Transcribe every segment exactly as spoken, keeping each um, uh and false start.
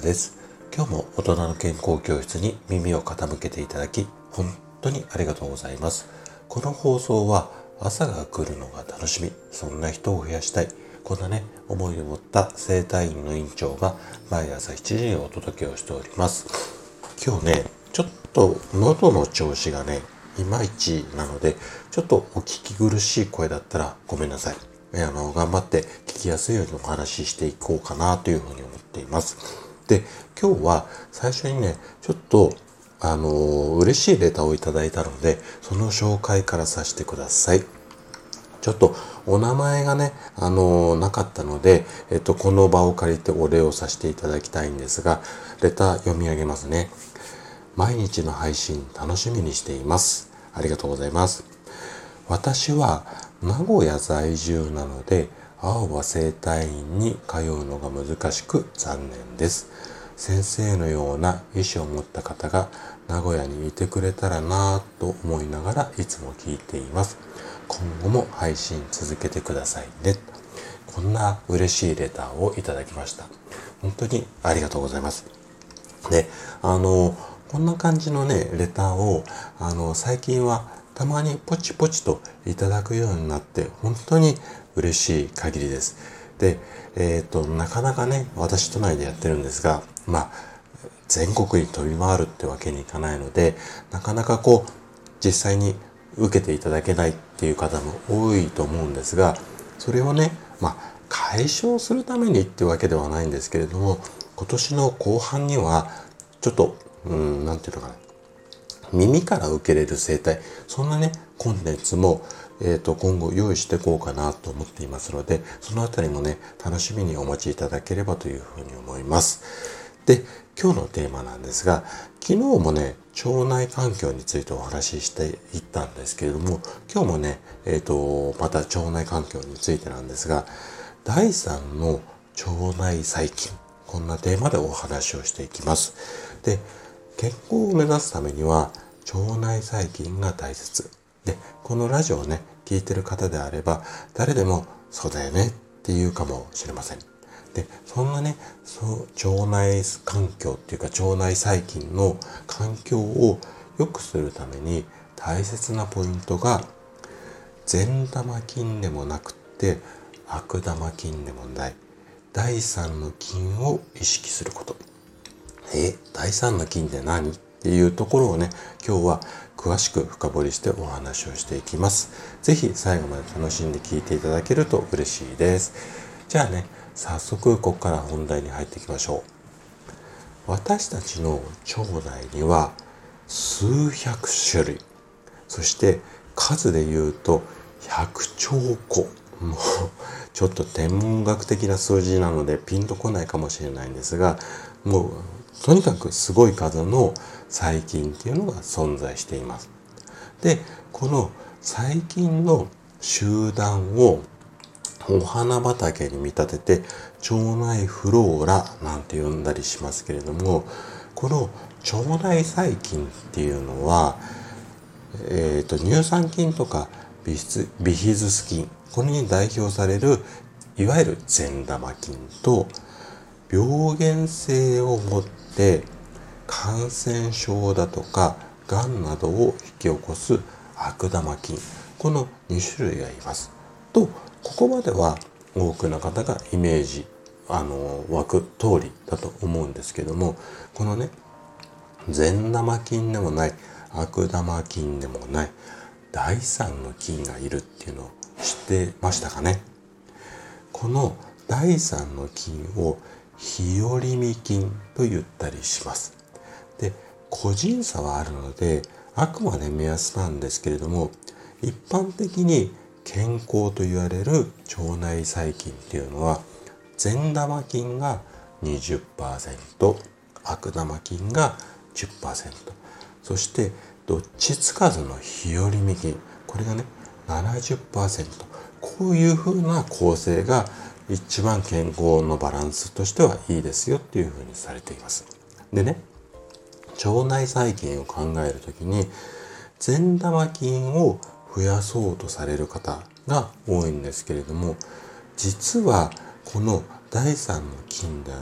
です。今日も大人の健康教室に耳を傾けていただき本当にありがとうございます。この放送は朝が来るのが楽しみ、そんな人を増やしたい、こんなね思いを持った整体院の院長が毎朝しちじにお届けをしております。今日ねちょっと喉の調子がねいまいちなので、ちょっとお聞き苦しい声だったらごめんなさい。あの頑張って聞きやすいようにお話ししていこうかなというふうに思っています。で、今日は最初にねちょっとあのー、嬉しいレターをいただいたので、その紹介からさせてください。ちょっとお名前がね、あのー、なかったので、えっと、この場を借りてお礼をさせていただきたいんですが、レター読み上げますね。毎日の配信楽しみにしています。ありがとうございます。私は名古屋在住なので、青葉整体院に通うのが難しく残念です。先生のような意思を持った方が名古屋にいてくれたらなぁと思いながらいつも聞いています。今後も配信続けてくださいね。こんな嬉しいレターをいただきました。本当にありがとうございます。で、あの、こんな感じのね、レターを、あの、最近はたまにポチポチといただくようになって、本当に嬉しい限りです。で、えっと、なかなかね、私都内でやってるんですが、まあ、全国に飛び回るってわけにいかないので、なかなかこう、実際に受けていただけないっていう方も多いと思うんですが、それをね、まあ、解消するためにってわけではないんですけれども、今年の後半には、ちょっと、うん、なんていうのかな、耳から受けれる整体、そんなね、コンテンツも、えっと、今後用意していこうかなと思っていますので、そのあたりもね、楽しみにお待ちいただければというふうに思います。で、今日のテーマなんですが、昨日もね、腸内環境についてお話ししていったんですけれども、今日もね、えっと、また腸内環境についてなんですが、だいさんの腸内細菌、こんなテーマでお話をしていきます。で、健康を目指すためには腸内細菌が大切で、このラジオをね聞いてる方であれば誰でもそうだよねって言うかもしれません。で、そんなねそう腸内環境っていうか腸内細菌の環境を良くするために大切なポイントが、善玉菌でもなくって悪玉菌でもないだいさんの菌を意識すること。え、だいさんの菌って何っていうところをね、今日は詳しく深掘りしてお話をしていきます。ぜひ最後まで楽しんで聞いていただけると嬉しいです。じゃあね、早速ここから本題に入っていきましょう。私たちの腸内には数百種類、そして数で言うとひゃくちょうこ。もうちょっと天文学的な数字なのでピンとこないかもしれないんですが、もうとにかくすごい数の細菌っていうのが存在しています。で、この細菌の集団をお花畑に見立てて腸内フローラなんて呼んだりしますけれども、この腸内細菌っていうのは、えーと、乳酸菌とかビフビフィズス菌、これに代表されるいわゆる善玉菌と、病原性を持って感染症だとかがんなどを引き起こす悪玉菌、このに種類がいますと、ここまでは多くの方がイメージあの湧く通りだと思うんですけども、このね善玉菌でもない悪玉菌でもないだいさんの菌がいるっていうのを知ってましたかね。このだいさんの菌を日和見菌と言ったりします。で、個人差はあるのであくまで目安なんですけれども、一般的に健康と言われる腸内細菌っていうのは、善玉菌が にじゅっパーセント、悪玉菌が じゅっパーセント、そしてどっちつかずの日和見菌、これがね ななじゅっパーセント、こういう風な構成が一番健康のバランスとしてはいいですよっていう風にされています。でね、腸内細菌を考えるときに善玉菌を増やそうとされる方が多いんですけれども、実はこのだいさんの菌である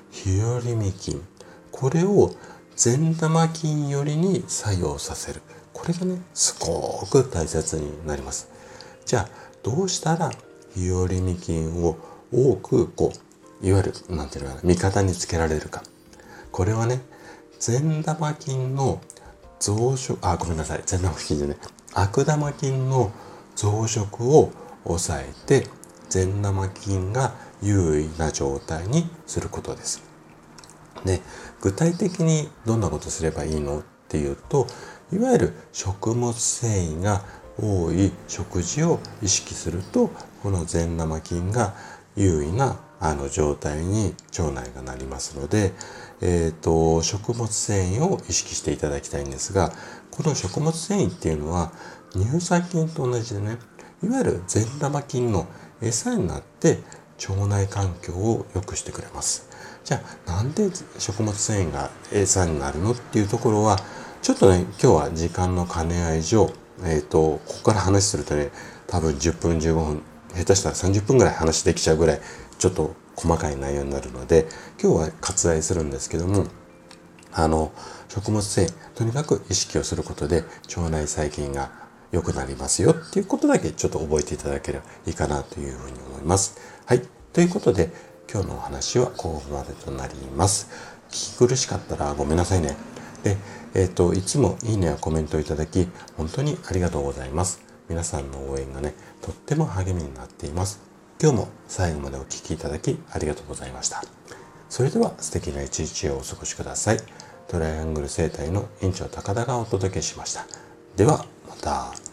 日和見菌、これを善玉菌よりに作用させる。これがね、すごく大切になります。じゃあ、どうしたら日和見菌を多くこう、いわゆる、なんていうのかな、味方につけられるか。これはね、善玉菌の増殖、あ、ごめんなさい、善玉菌じゃね、悪玉菌の増殖を抑えて、善玉菌が優位な状態にすることです。で、具体的にどんなことすればいいのっていうと、いわゆる食物繊維が多い食事を意識すると、この善玉菌が優位なあの状態に腸内がなりますので、えっと、食物繊維を意識していただきたいんですが、この食物繊維っていうのは乳酸菌と同じでね、いわゆる善玉菌の餌になって腸内環境を良くしてくれます。じゃあ、なんで食物繊維が餌になるのっていうところは、ちょっとね、今日は時間の兼ね合い上、えっと、ここから話するとね、多分じゅっぷん、じゅうごふん、下手したらさんじゅっぷんぐらい話できちゃうぐらい、ちょっと細かい内容になるので、今日は割愛するんですけども、あの、食物繊維、とにかく意識をすることで腸内細菌が良くなりますよっていうことだけちょっと覚えていただければいいかなというふうに思います。はい。ということで、今日のお話はここまでとなります。聞き苦しかったらごめんなさいね。で、えっと、いつもいいねやコメントをいただき、本当にありがとうございます。皆さんの応援がね、とっても励みになっています。今日も最後までお聞きいただきありがとうございました。それでは素敵な一日をお過ごしください。トライアングル生態の院長高田がお届けしました。ではまた。